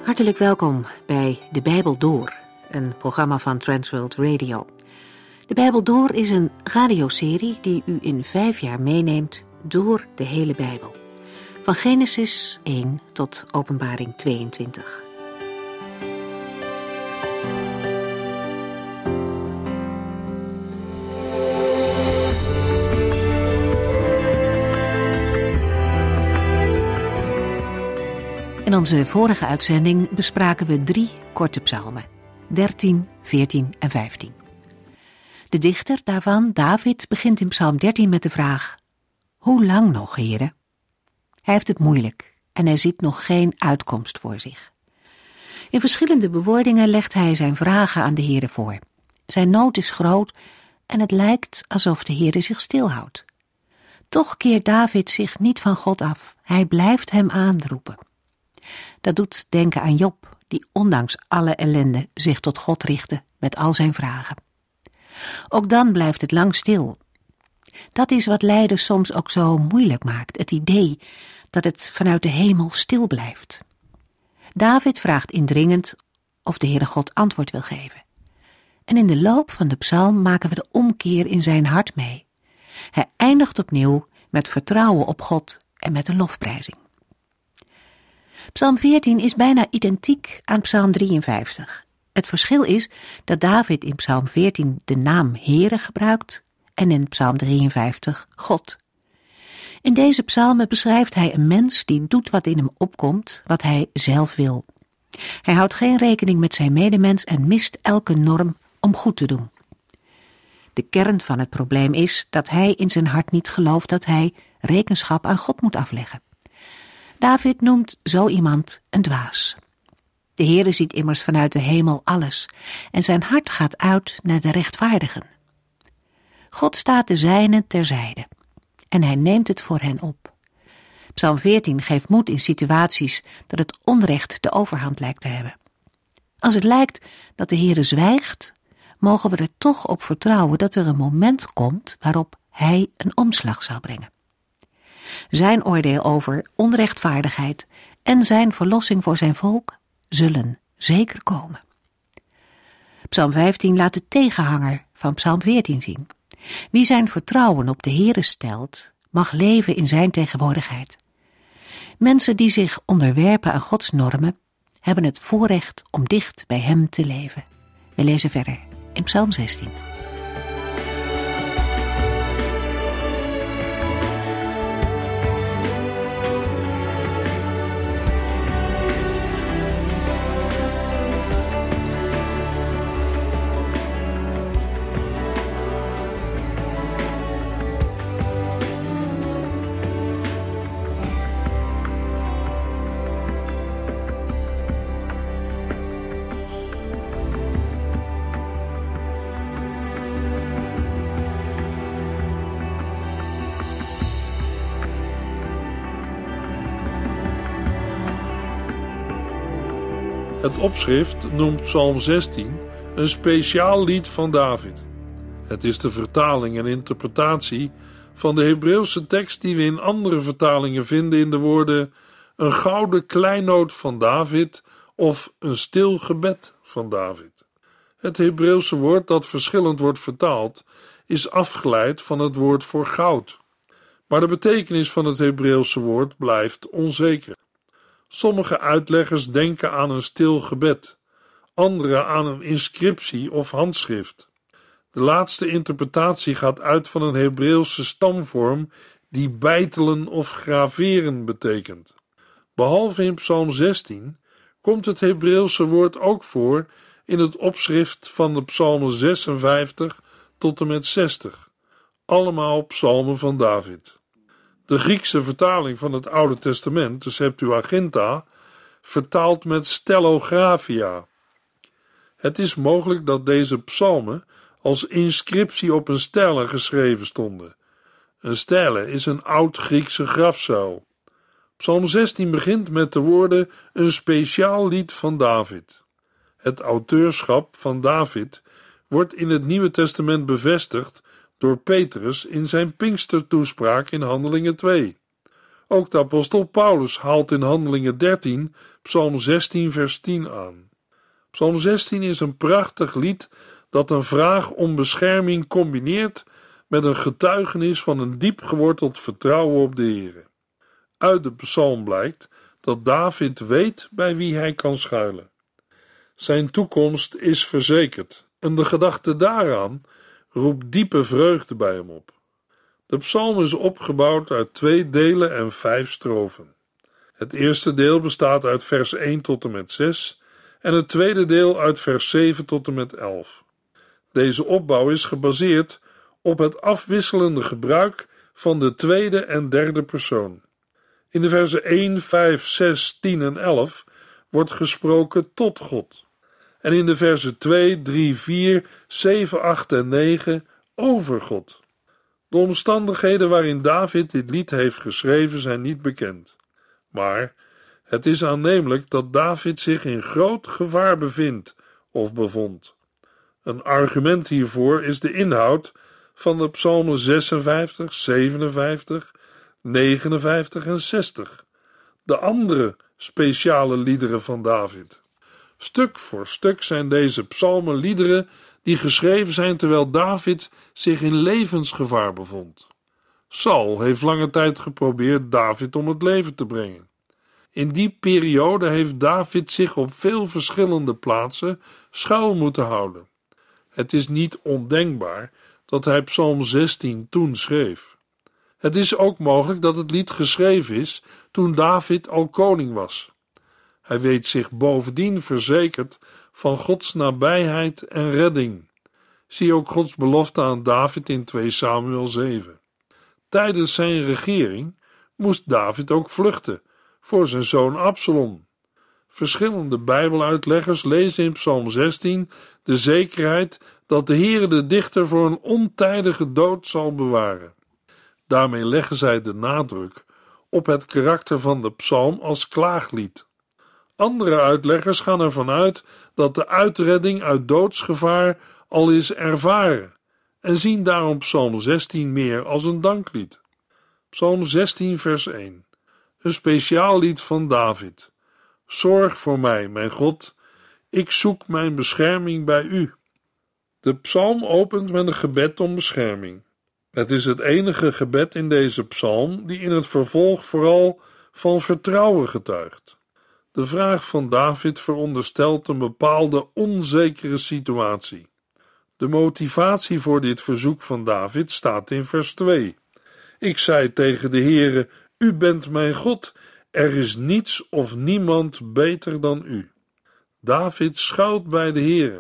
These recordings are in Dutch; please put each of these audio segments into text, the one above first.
Hartelijk welkom bij De Bijbel Door, een programma van Transworld Radio. De Bijbel Door is een radioserie die u in 5 jaar meeneemt door de hele Bijbel. Van Genesis 1 tot Openbaring 22. In onze vorige uitzending bespraken we 3 korte psalmen, 13, 14 en 15. De dichter daarvan, David, begint in psalm 13 met de vraag: hoe lang nog, Heere? Hij heeft het moeilijk en hij ziet nog geen uitkomst voor zich. In verschillende bewoordingen legt hij zijn vragen aan de Heere voor. Zijn nood is groot en het lijkt alsof de Heere zich stilhoudt. Toch keert David zich niet van God af. Hij blijft hem aanroepen. Dat doet denken aan Job, die ondanks alle ellende zich tot God richtte met al zijn vragen. Ook dan blijft het lang stil. Dat is wat lijden soms ook zo moeilijk maakt, het idee dat het vanuit de hemel stil blijft. David vraagt indringend of de Heere God antwoord wil geven. En in de loop van de psalm maken we de omkeer in zijn hart mee. Hij eindigt opnieuw met vertrouwen op God en met een lofprijzing. Psalm 14 is bijna identiek aan psalm 53. Het verschil is dat David in psalm 14 de naam Heere gebruikt en in psalm 53 God. In deze psalmen beschrijft hij een mens die doet wat in hem opkomt, wat hij zelf wil. Hij houdt geen rekening met zijn medemens en mist elke norm om goed te doen. De kern van het probleem is dat hij in zijn hart niet gelooft dat hij rekenschap aan God moet afleggen. David noemt zo iemand een dwaas. De Heere ziet immers vanuit de hemel alles en zijn hart gaat uit naar de rechtvaardigen. God staat de zijnen terzijde en hij neemt het voor hen op. Psalm 14 geeft moed in situaties dat het onrecht de overhand lijkt te hebben. Als het lijkt dat de Heere zwijgt, mogen we er toch op vertrouwen dat er een moment komt waarop hij een omslag zal brengen. Zijn oordeel over onrechtvaardigheid en zijn verlossing voor zijn volk zullen zeker komen. Psalm 15 laat de tegenhanger van psalm 14 zien. Wie zijn vertrouwen op de Heere stelt, mag leven in zijn tegenwoordigheid. Mensen die zich onderwerpen aan Gods normen, hebben het voorrecht om dicht bij hem te leven. We lezen verder in psalm 16. Het opschrift noemt psalm 16 een speciaal lied van David. Het is de vertaling en interpretatie van de Hebreeuwse tekst die we in andere vertalingen vinden in de woorden een gouden kleinoot van David of een stil gebed van David. Het Hebreeuwse woord dat verschillend wordt vertaald is afgeleid van het woord voor goud. Maar de betekenis van het Hebreeuwse woord blijft onzeker. Sommige uitleggers denken aan een stil gebed, anderen aan een inscriptie of handschrift. De laatste interpretatie gaat uit van een Hebreeuwse stamvorm die beitelen of graveren betekent. Behalve in psalm 16 komt het Hebreeuwse woord ook voor in het opschrift van de psalmen 56 tot en met 60, allemaal psalmen van David. De Griekse vertaling van het Oude Testament, de Septuaginta, vertaalt met stellographia. Het is mogelijk dat deze psalmen als inscriptie op een stele geschreven stonden. Een stele is een oud-Griekse grafzuil. Psalm 16 begint met de woorden een speciaal lied van David. Het auteurschap van David wordt in het Nieuwe Testament bevestigd door Petrus in zijn Pinkstertoespraak in Handelingen 2. Ook de apostel Paulus haalt in Handelingen 13 Psalm 16 vers 10 aan. Psalm 16 is een prachtig lied dat een vraag om bescherming combineert met een getuigenis van een diep geworteld vertrouwen op de Heere. Uit de psalm blijkt dat David weet bij wie hij kan schuilen. Zijn toekomst is verzekerd en de gedachte daaraan roept diepe vreugde bij hem op. De psalm is opgebouwd uit 2 delen en 5 strofen. Het eerste deel bestaat uit vers 1 tot en met 6 en het tweede deel uit vers 7 tot en met 11. Deze opbouw is gebaseerd op het afwisselende gebruik van de tweede en derde persoon. In de versen 1, 5, 6, 10 en 11 wordt gesproken tot God. En in de versen 2, 3, 4, 7, 8 en 9 over God. De omstandigheden waarin David dit lied heeft geschreven zijn niet bekend. Maar het is aannemelijk dat David zich in groot gevaar bevindt of bevond. Een argument hiervoor is de inhoud van de psalmen 56, 57, 59 en 60, de andere speciale liederen van David. Stuk voor stuk zijn deze psalmen liederen die geschreven zijn terwijl David zich in levensgevaar bevond. Saul heeft lange tijd geprobeerd David om het leven te brengen. In die periode heeft David zich op veel verschillende plaatsen schuil moeten houden. Het is niet ondenkbaar dat hij Psalm 16 toen schreef. Het is ook mogelijk dat het lied geschreven is toen David al koning was. Hij weet zich bovendien verzekerd van Gods nabijheid en redding. Zie ook Gods belofte aan David in 2 Samuel 7. Tijdens zijn regering moest David ook vluchten voor zijn zoon Absalom. Verschillende Bijbeluitleggers lezen in Psalm 16 de zekerheid dat de Heere de dichter voor een ontijdige dood zal bewaren. Daarmee leggen zij de nadruk op het karakter van de psalm als klaaglied. Andere uitleggers gaan ervan uit dat de uitredding uit doodsgevaar al is ervaren en zien daarom Psalm 16 meer als een danklied. Psalm 16 vers 1. Een speciaal lied van David. Zorg voor mij, mijn God, ik zoek mijn bescherming bij u. De psalm opent met een gebed om bescherming. Het is het enige gebed in deze psalm die in het vervolg vooral van vertrouwen getuigt. De vraag van David veronderstelt een bepaalde onzekere situatie. De motivatie voor dit verzoek van David staat in vers 2. Ik zei tegen de Heere, u bent mijn God, er is niets of niemand beter dan u. David schuilt bij de Heere.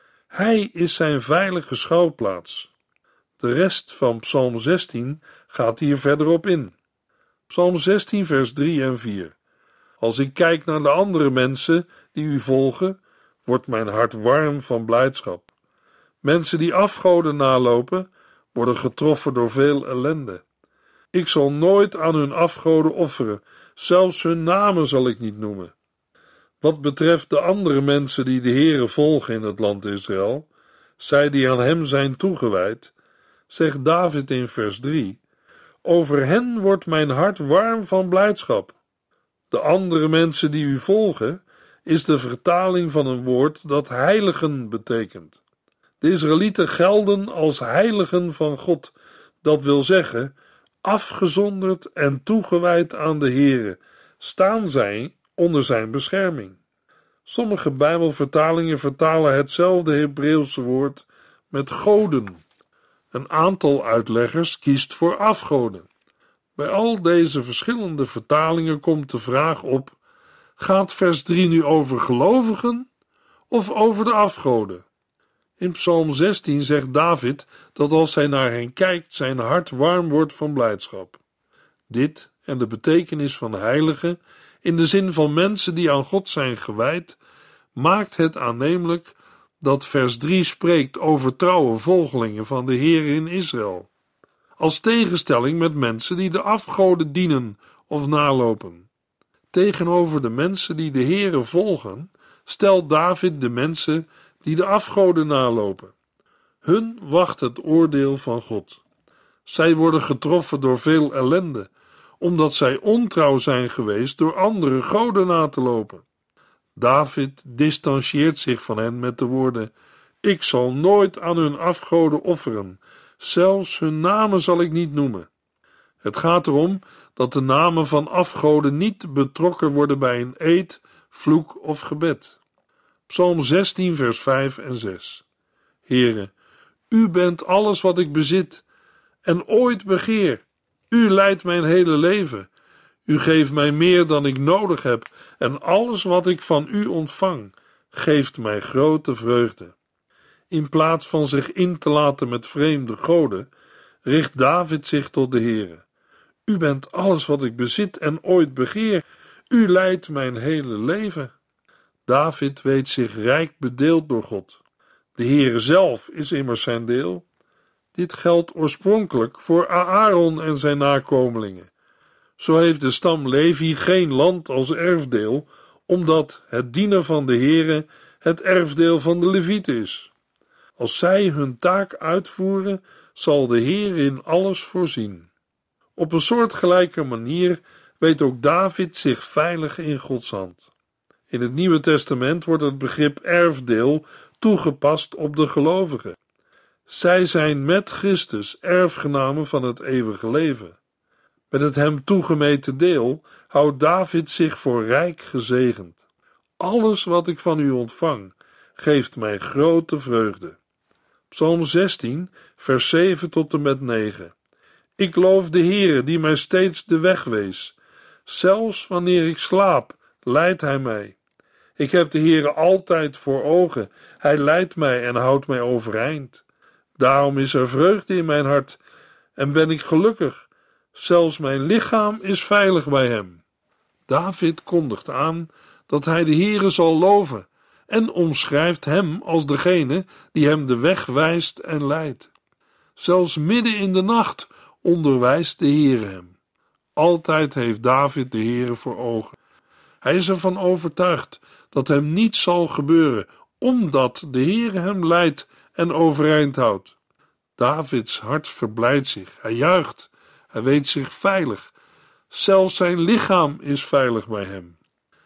Hij is zijn veilige schuilplaats. De rest van Psalm 16 gaat hier verder op in. Psalm 16 vers 3 en 4. Als ik kijk naar de andere mensen die u volgen, wordt mijn hart warm van blijdschap. Mensen die afgoden nalopen, worden getroffen door veel ellende. Ik zal nooit aan hun afgoden offeren, zelfs hun namen zal ik niet noemen. Wat betreft de andere mensen die de Heere volgen in het land Israël, zij die aan hem zijn toegewijd, zegt David in vers 3, over hen wordt mijn hart warm van blijdschap. De andere mensen die u volgen, is de vertaling van een woord dat heiligen betekent. De Israëlieten gelden als heiligen van God, dat wil zeggen, afgezonderd en toegewijd aan de Heere, staan zij onder zijn bescherming. Sommige Bijbelvertalingen vertalen hetzelfde Hebreeuwse woord met goden. Een aantal uitleggers kiest voor afgoden. Bij al deze verschillende vertalingen komt de vraag op: gaat vers 3 nu over gelovigen of over de afgoden? In Psalm 16 zegt David dat als hij naar hen kijkt, zijn hart warm wordt van blijdschap. Dit en de betekenis van heilige, in de zin van mensen die aan God zijn gewijd, maakt het aannemelijk dat vers 3 spreekt over trouwe volgelingen van de Heer in Israël, als tegenstelling met mensen die de afgoden dienen of nalopen. Tegenover de mensen die de Heere volgen, stelt David de mensen die de afgoden nalopen. Hun wacht het oordeel van God. Zij worden getroffen door veel ellende, omdat zij ontrouw zijn geweest door andere goden na te lopen. David distantieert zich van hen met de woorden: ik zal nooit aan hun afgoden offeren, zelfs hun namen zal ik niet noemen. Het gaat erom dat de namen van afgoden niet betrokken worden bij een eed, vloek of gebed. Psalm 16 vers 5 en 6. Heere, u bent alles wat ik bezit en ooit begeer. U leidt mijn hele leven. U geeft mij meer dan ik nodig heb en alles wat ik van u ontvang geeft mij grote vreugde. In plaats van zich in te laten met vreemde goden, richt David zich tot de Heere. U bent alles wat ik bezit en ooit begeer. U leidt mijn hele leven. David weet zich rijk bedeeld door God. De Heere zelf is immers zijn deel. Dit geldt oorspronkelijk voor Aaron en zijn nakomelingen. Zo heeft de stam Levi geen land als erfdeel, omdat het dienen van de Heere het erfdeel van de Levieten is. Als zij hun taak uitvoeren, zal de Heer in alles voorzien. Op een soortgelijke manier weet ook David zich veilig in Gods hand. In het Nieuwe Testament wordt het begrip erfdeel toegepast op de gelovigen. Zij zijn met Christus erfgenamen van het eeuwige leven. Met het hem toegemeten deel houdt David zich voor rijk gezegend. Alles wat ik van u ontvang, geeft mij grote vreugde. Psalm 16, vers 7 tot en met 9. Ik loof de Heere die mij steeds de weg wees. Zelfs wanneer ik slaap, leidt hij mij. Ik heb de Heere altijd voor ogen. Hij leidt mij en houdt mij overeind. Daarom is er vreugde in mijn hart en ben ik gelukkig. Zelfs mijn lichaam is veilig bij hem. David kondigt aan dat hij de Heere zal loven en omschrijft hem als degene die hem de weg wijst en leidt. Zelfs midden in de nacht onderwijst de Heere hem. Altijd heeft David de Heere voor ogen. Hij is ervan overtuigd dat hem niets zal gebeuren, omdat de Heere hem leidt en overeind houdt. Davids hart verblijdt zich, hij juicht, hij weet zich veilig. Zelfs zijn lichaam is veilig bij hem.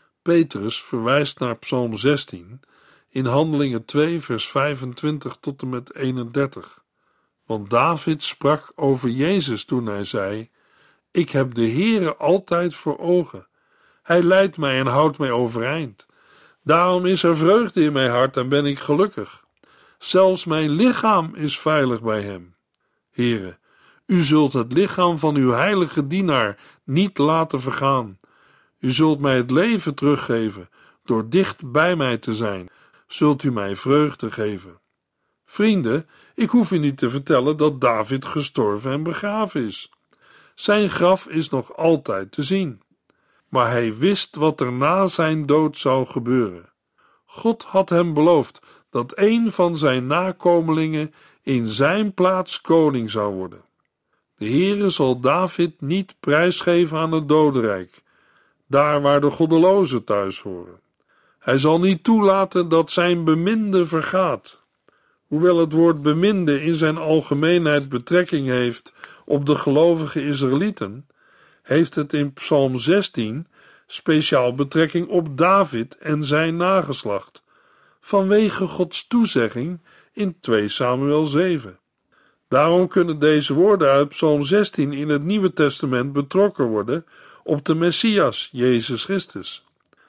Petrus verwijst naar Psalm 16 in Handelingen 2 vers 25 tot en met 31. Want David sprak over Jezus toen hij zei: ik heb de Heere altijd voor ogen. Hij leidt mij en houdt mij overeind. Daarom is er vreugde in mijn hart en ben ik gelukkig. Zelfs mijn lichaam is veilig bij hem. Heere, u zult het lichaam van uw heilige dienaar niet laten vergaan. U zult mij het leven teruggeven, door dicht bij mij te zijn, zult u mij vreugde geven. Vrienden, ik hoef u niet te vertellen dat David gestorven en begraven is. Zijn graf is nog altijd te zien. Maar hij wist wat er na zijn dood zou gebeuren. God had hem beloofd dat een van zijn nakomelingen in zijn plaats koning zou worden. De Heere zal David niet prijsgeven aan het dodenrijk, daar waar de goddelozen thuis horen. Hij zal niet toelaten dat zijn beminde vergaat. Hoewel het woord beminde in zijn algemeenheid betrekking heeft op de gelovige Israëlieten, heeft het in Psalm 16 speciaal betrekking op David en zijn nageslacht, vanwege Gods toezegging in 2 Samuel 7. Daarom kunnen deze woorden uit Psalm 16 in het Nieuwe Testament betrokken worden op de Messias, Jezus Christus.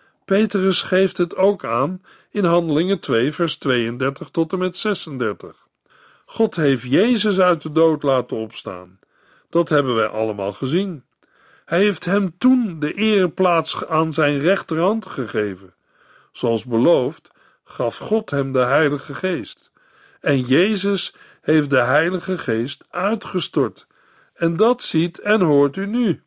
Petrus geeft het ook aan in Handelingen 2 vers 32 tot en met 36. God heeft Jezus uit de dood laten opstaan. Dat hebben wij allemaal gezien. Hij heeft hem toen de ereplaats aan zijn rechterhand gegeven. Zoals beloofd gaf God hem de Heilige Geest. En Jezus heeft de Heilige Geest uitgestort. En dat ziet en hoort u nu.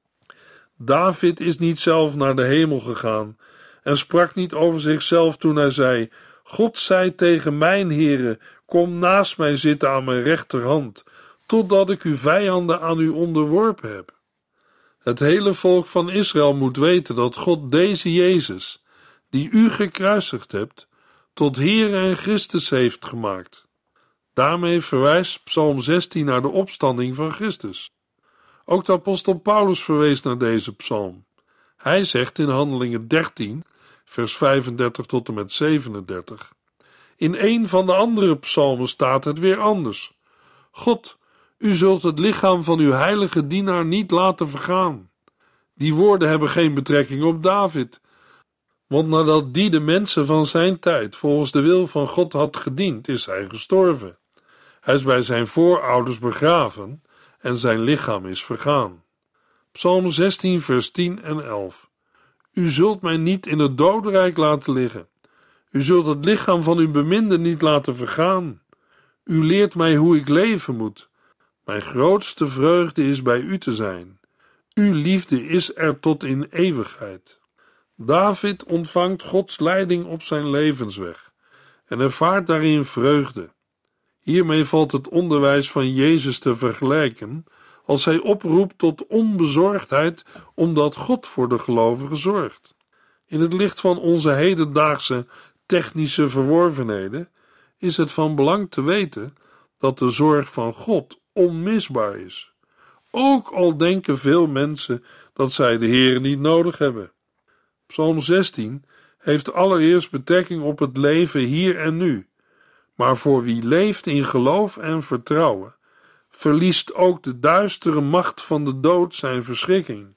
David is niet zelf naar de hemel gegaan en sprak niet over zichzelf toen hij zei: God zei tegen mijn Heere, kom naast mij zitten aan mijn rechterhand, totdat ik uw vijanden aan u onderworpen heb. Het hele volk van Israël moet weten dat God deze Jezus, die u gekruisigd hebt, tot Heer en Christus heeft gemaakt. Daarmee verwijst Psalm 16 naar de opstanding van Christus. Ook de apostel Paulus verwees naar deze psalm. Hij zegt in Handelingen 13, vers 35 tot en met 37. In een van de andere psalmen staat het weer anders. God, u zult het lichaam van uw heilige dienaar niet laten vergaan. Die woorden hebben geen betrekking op David, want nadat die de mensen van zijn tijd volgens de wil van God had gediend, is hij gestorven. Hij is bij zijn voorouders begraven en zijn lichaam is vergaan. Psalm 16, vers 10 en 11. U zult mij niet in het dodenrijk laten liggen. U zult het lichaam van uw beminde niet laten vergaan. U leert mij hoe ik leven moet. Mijn grootste vreugde is bij u te zijn. Uw liefde is er tot in eeuwigheid. David ontvangt Gods leiding op zijn levensweg en ervaart daarin vreugde. Hiermee valt het onderwijs van Jezus te vergelijken als hij oproept tot onbezorgdheid omdat God voor de gelovigen zorgt. In het licht van onze hedendaagse technische verworvenheden is het van belang te weten dat de zorg van God onmisbaar is. Ook al denken veel mensen dat zij de Heer niet nodig hebben. Psalm 16 heeft allereerst betrekking op het leven hier en nu. Maar voor wie leeft in geloof en vertrouwen, verliest ook de duistere macht van de dood zijn verschrikking.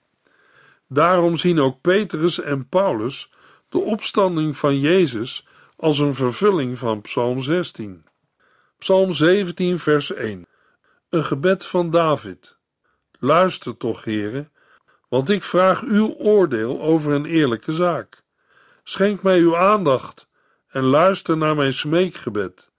Daarom zien ook Petrus en Paulus de opstanding van Jezus als een vervulling van Psalm 16. Psalm 17, vers 1. Een gebed van David. Luister toch, Heere, want ik vraag uw oordeel over een eerlijke zaak. Schenk mij uw aandacht en luister naar mijn smeekgebed.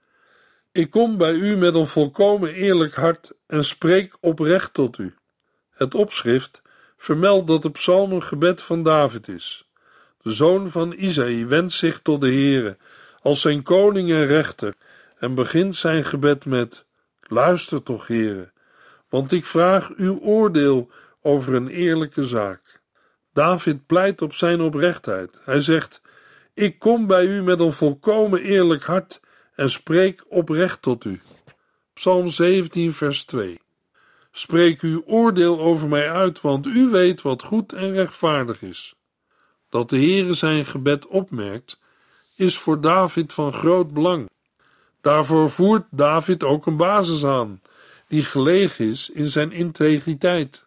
Ik kom bij u met een volkomen eerlijk hart en spreek oprecht tot u. Het opschrift vermeldt dat de psalm een gebed van David is. De zoon van Isaï wendt zich tot de Heere als zijn koning en rechter en begint zijn gebed met: luister toch, Heere, want ik vraag uw oordeel over een eerlijke zaak. David pleit op zijn oprechtheid. Hij zegt: ik kom bij u met een volkomen eerlijk hart en spreek oprecht tot u. Psalm 17, vers 2. Spreek uw oordeel over mij uit, want u weet wat goed en rechtvaardig is. Dat de Heere zijn gebed opmerkt, is voor David van groot belang. Daarvoor voert David ook een basis aan, die gelegen is in zijn integriteit.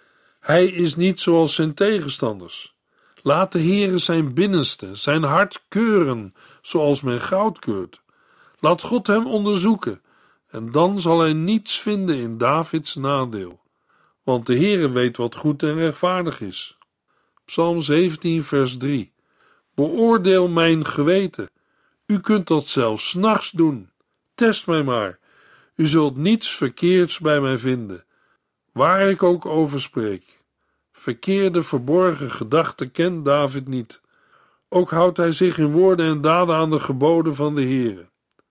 Hij is niet zoals zijn tegenstanders. Laat de Heere zijn binnenste, zijn hart keuren, zoals men goud keurt. Laat God hem onderzoeken, en dan zal hij niets vinden in Davids nadeel. Want de Heere weet wat goed en rechtvaardig is. Psalm 17, vers 3. Beoordeel mijn geweten. U kunt dat zelfs 's nachts doen. Test mij maar. U zult niets verkeerds bij mij vinden, waar ik ook over spreek. Verkeerde, verborgen gedachten kent David niet. Ook houdt hij zich in woorden en daden aan de geboden van de Heere.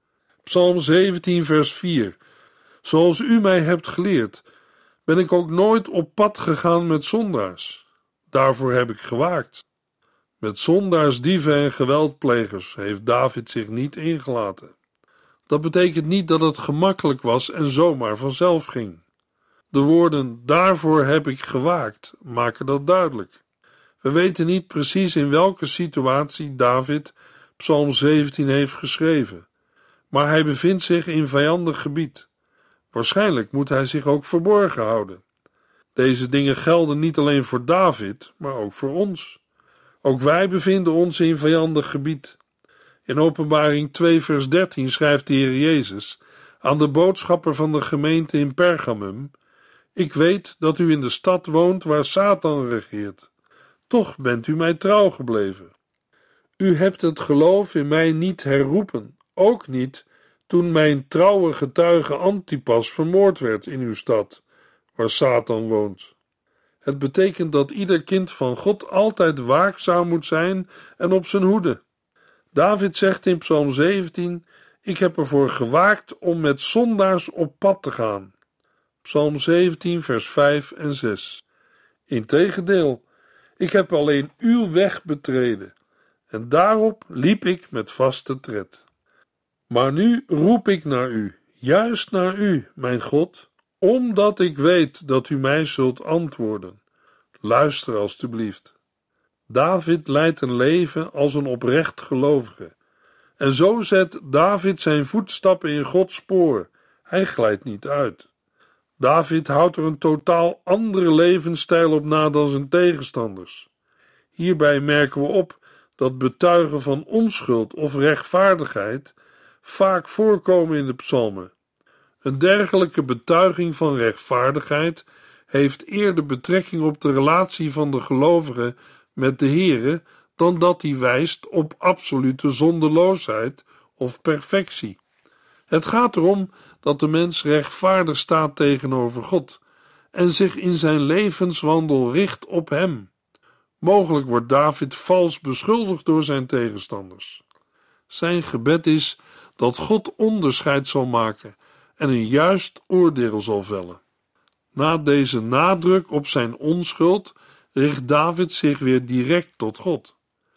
Psalm 17, vers 4. Zoals u mij hebt geleerd, ben ik ook nooit op pad gegaan met zondaars. Daarvoor heb ik gewaakt. Met zondaars, dieven en geweldplegers heeft David zich niet ingelaten. Dat betekent niet dat het gemakkelijk was en zomaar vanzelf ging. De woorden daarvoor heb ik gewaakt maken dat duidelijk. We weten niet precies in welke situatie David Psalm 17 heeft geschreven, maar hij bevindt zich in vijandig gebied. Waarschijnlijk moet hij zich ook verborgen houden. Deze dingen gelden niet alleen voor David, maar ook voor ons. Ook wij bevinden ons in vijandig gebied. In Openbaring 2 vers 13 schrijft de Heer Jezus aan de boodschapper van de gemeente in Pergamum: ik weet dat u in de stad woont waar Satan regeert. Toch bent u mij trouw gebleven. U hebt het geloof in mij niet herroepen, ook niet toen mijn trouwe getuige Antipas vermoord werd in uw stad, waar Satan woont. Het betekent dat ieder kind van God altijd waakzaam moet zijn en op zijn hoede. David zegt in Psalm 17: ik heb ervoor gewaakt om met zondaars op pad te gaan. Psalm 17 vers 5 en 6. Integendeel, ik heb alleen uw weg betreden en daarop liep ik met vaste tred. Maar nu roep ik naar u, juist naar u, mijn God, Omdat ik weet dat u mij zult antwoorden. Luister alstublieft. David leidt een leven als een oprecht gelovige. En zo zet David zijn voetstappen in Gods spoor. Hij glijdt niet uit. David houdt er een totaal andere levensstijl op na dan zijn tegenstanders. Hierbij merken we op dat betuigen van onschuld of rechtvaardigheid vaak voorkomen in de psalmen. Een dergelijke betuiging van rechtvaardigheid heeft eerder betrekking op de relatie van de gelovige met de Here dan dat die wijst op absolute zondeloosheid of perfectie. Het gaat erom dat de mens rechtvaardig staat tegenover God en zich in zijn levenswandel richt op hem. Mogelijk wordt David vals beschuldigd door zijn tegenstanders. Zijn gebed is dat God onderscheid zal maken en een juist oordeel zal vellen. Na deze nadruk op zijn onschuld richt David zich weer direct tot God.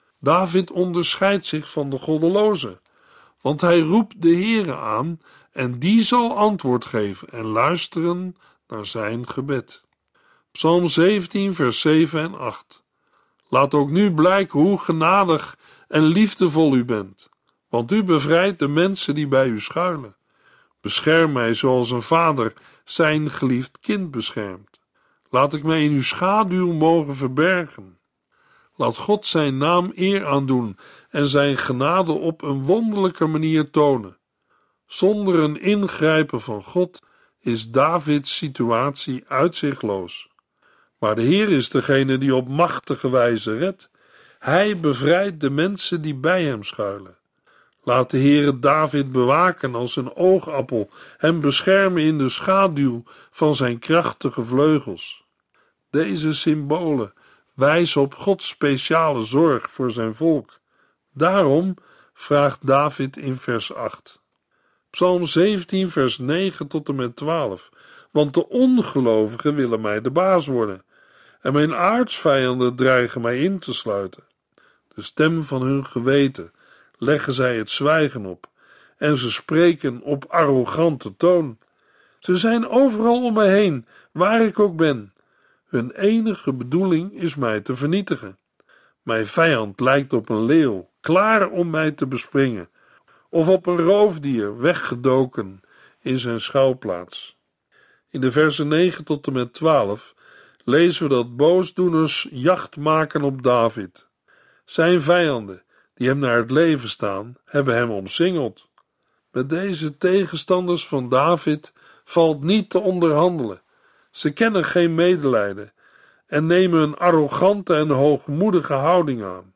David onderscheidt zich van de goddelozen, want hij roept de Heere aan en die zal antwoord geven en luisteren naar zijn gebed. Psalm 17 vers 7 en 8. Laat ook nu blijken hoe genadig en liefdevol u bent, want u bevrijdt de mensen die bij u schuilen. Bescherm mij zoals een vader zijn geliefd kind beschermt. Laat ik mij in uw schaduw mogen verbergen. Laat God zijn naam eer aandoen en zijn genade op een wonderlijke manier tonen. Zonder een ingrijpen van God is Davids situatie uitzichtloos. Maar de Heer is degene die op machtige wijze redt. Hij bevrijdt de mensen die bij hem schuilen. Laat de Heere David bewaken als een oogappel, hem beschermen in de schaduw van zijn krachtige vleugels. Deze symbolen wijzen op Gods speciale zorg voor zijn volk. Daarom vraagt David in vers 8. Psalm 17 vers 9 tot en met 12. Want de ongelovigen willen mij de baas worden en mijn aartsvijanden dreigen mij in te sluiten. De stem van hun geweten leggen zij het zwijgen op en ze spreken op arrogante toon. Ze zijn overal om mij heen, waar ik ook ben. Hun enige bedoeling is mij te vernietigen. Mijn vijand lijkt op een leeuw, klaar om mij te bespringen, of op een roofdier weggedoken in zijn schuilplaats. In de versen 9 tot en met 12 lezen we dat boosdoeners jacht maken op David. Zijn vijanden, die hem naar het leven staan, hebben hem omsingeld. Met deze tegenstanders van David valt niet te onderhandelen. Ze kennen geen medelijden en nemen een arrogante en hoogmoedige houding aan.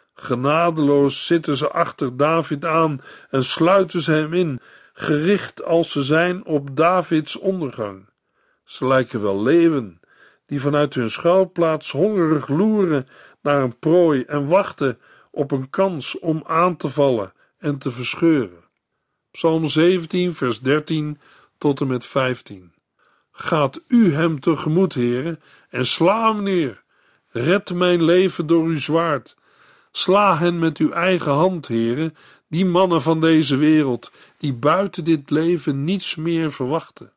Genadeloos zitten ze achter David aan en sluiten ze hem in, gericht als ze zijn op Davids ondergang. Ze lijken wel leeuwen, die vanuit hun schuilplaats hongerig loeren naar een prooi en wachten op een kans om aan te vallen en te verscheuren. Psalm 17 vers 13 tot en met 15. Gaat u hem tegemoet, Heere, en sla hem neer. Red mijn leven door uw zwaard. Sla hen met uw eigen hand, Heere, die mannen van deze wereld, die buiten dit leven niets meer verwachten.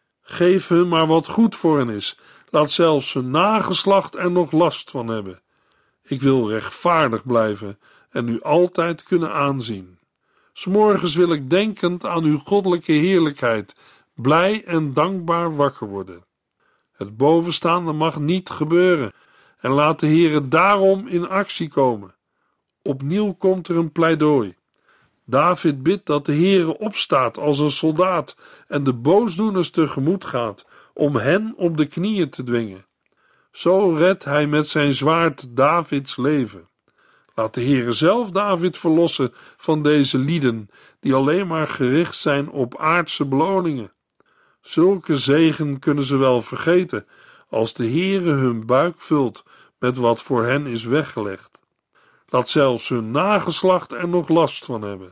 Geef hun maar wat goed voor hen is. Laat zelfs hun nageslacht er nog last van hebben. Ik wil rechtvaardig blijven en u altijd kunnen aanzien. 'S Morgens wil ik denkend aan uw goddelijke heerlijkheid, blij en dankbaar wakker worden. Het bovenstaande mag niet gebeuren en laat de Heere daarom in actie komen. Opnieuw komt er een pleidooi. David bidt dat de Heere opstaat als een soldaat en de boosdoeners tegemoet gaat om hen op de knieën te dwingen. Zo redt hij met zijn zwaard Davids leven. Laat de Heere zelf David verlossen van deze lieden die alleen maar gericht zijn op aardse beloningen. Zulke zegen kunnen ze wel vergeten als de Heere hun buik vult met wat voor hen is weggelegd. Laat zelfs hun nageslacht er nog last van hebben.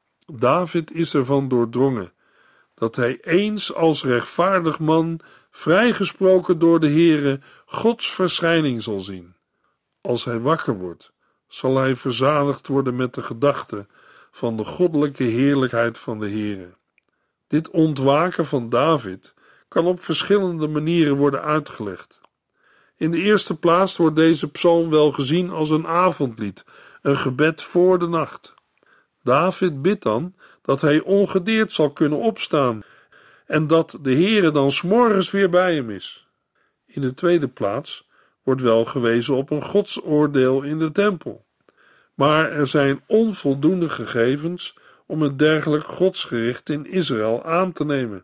David is ervan doordrongen dat hij eens als rechtvaardig man, vrijgesproken door de Heere, Gods verschijning zal zien. Als hij wakker wordt, zal hij verzadigd worden met de gedachte van de goddelijke heerlijkheid van de Heere. Dit ontwaken van David kan op verschillende manieren worden uitgelegd. In de eerste plaats wordt deze psalm wel gezien als een avondlied, een gebed voor de nacht. David bidt dan dat hij ongedeerd zal kunnen opstaan en dat de Heere dan 's morgens weer bij hem is. In de tweede plaats wordt wel gewezen op een godsoordeel in de tempel. Maar er zijn onvoldoende gegevens om een dergelijk godsgericht in Israël aan te nemen.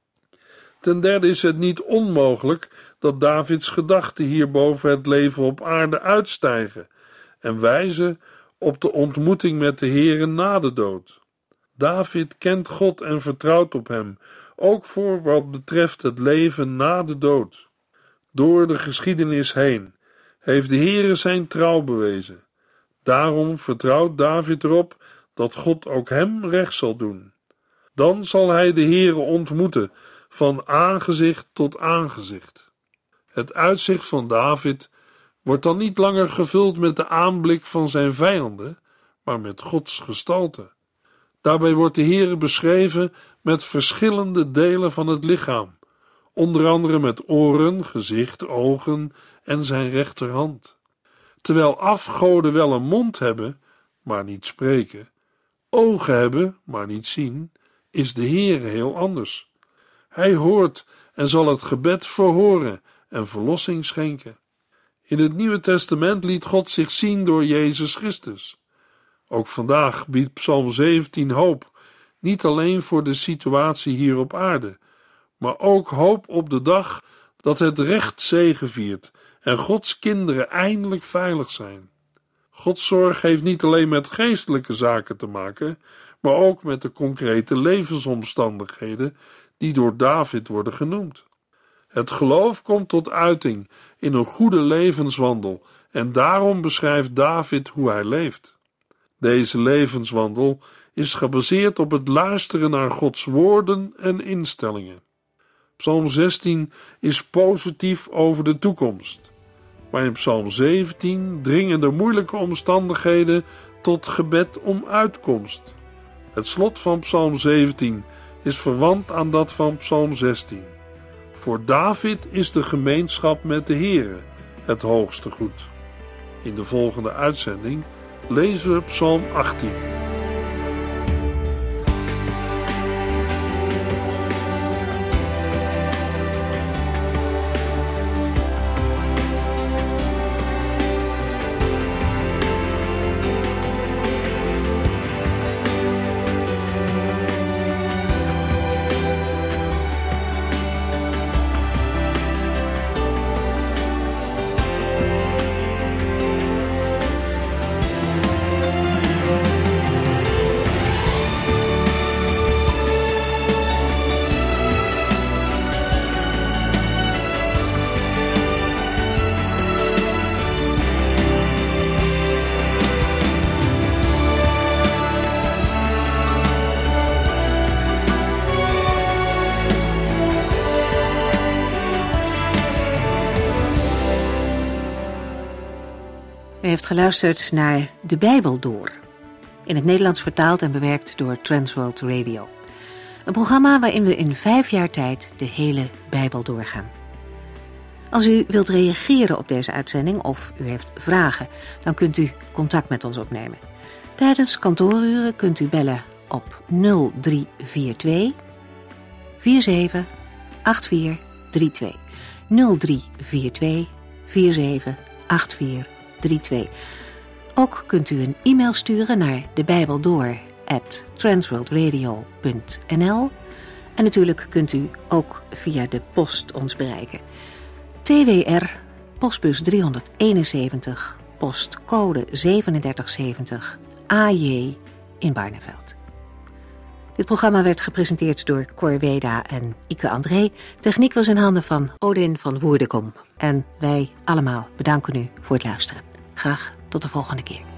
Ten derde is het niet onmogelijk dat Davids gedachten hier boven het leven op aarde uitstijgen en wijzen op de ontmoeting met de Heere na de dood. David kent God en vertrouwt op hem, ook voor wat betreft het leven na de dood. Door de geschiedenis heen heeft de Heere zijn trouw bewezen. Daarom vertrouwt David erop dat God ook hem recht zal doen. Dan zal hij de Heere ontmoeten van aangezicht tot aangezicht. Het uitzicht van David wordt dan niet langer gevuld met de aanblik van zijn vijanden, maar met Gods gestalte. Daarbij wordt de Heere beschreven met verschillende delen van het lichaam, onder andere met oren, gezicht, ogen en zijn rechterhand. Terwijl afgoden wel een mond hebben, maar niet spreken, ogen hebben, maar niet zien, is de Heere heel anders. Hij hoort en zal het gebed verhoren en verlossing schenken. In het Nieuwe Testament liet God zich zien door Jezus Christus. Ook vandaag biedt Psalm 17 hoop, niet alleen voor de situatie hier op aarde, maar ook hoop op de dag dat het recht zegeviert en Gods kinderen eindelijk veilig zijn. Gods zorg heeft niet alleen met geestelijke zaken te maken, maar ook met de concrete levensomstandigheden die door David worden genoemd. Het geloof komt tot uiting in een goede levenswandel en daarom beschrijft David hoe hij leeft. Deze levenswandel is gebaseerd op het luisteren naar Gods woorden en instellingen. Psalm 16 is positief over de toekomst, maar in Psalm 17 dringen de moeilijke omstandigheden tot gebed om uitkomst. Het slot van Psalm 17 is verwant aan dat van Psalm 16. Voor David is de gemeenschap met de Heere het hoogste goed. In de volgende uitzending lezen we Psalm 18. U heeft geluisterd naar De Bijbel Door, in het Nederlands vertaald en bewerkt door Transworld Radio. Een programma waarin we in 5 jaar tijd de hele Bijbel doorgaan. Als u wilt reageren op deze uitzending of u heeft vragen, dan kunt u contact met ons opnemen. Tijdens kantooruren kunt u bellen op 0342 47 8432. 0342 47 8432. Ook kunt u een e-mail sturen naar debijbeldoor@transworldradio.nl en natuurlijk kunt u ook via de post ons bereiken. TWR, postbus 371, postcode 3770, AJ in Barneveld. Dit programma werd gepresenteerd door Cor Weda en Ike André. Techniek was in handen van Odin van Woerdekom. En wij allemaal bedanken u voor het luisteren. Graag tot de volgende keer.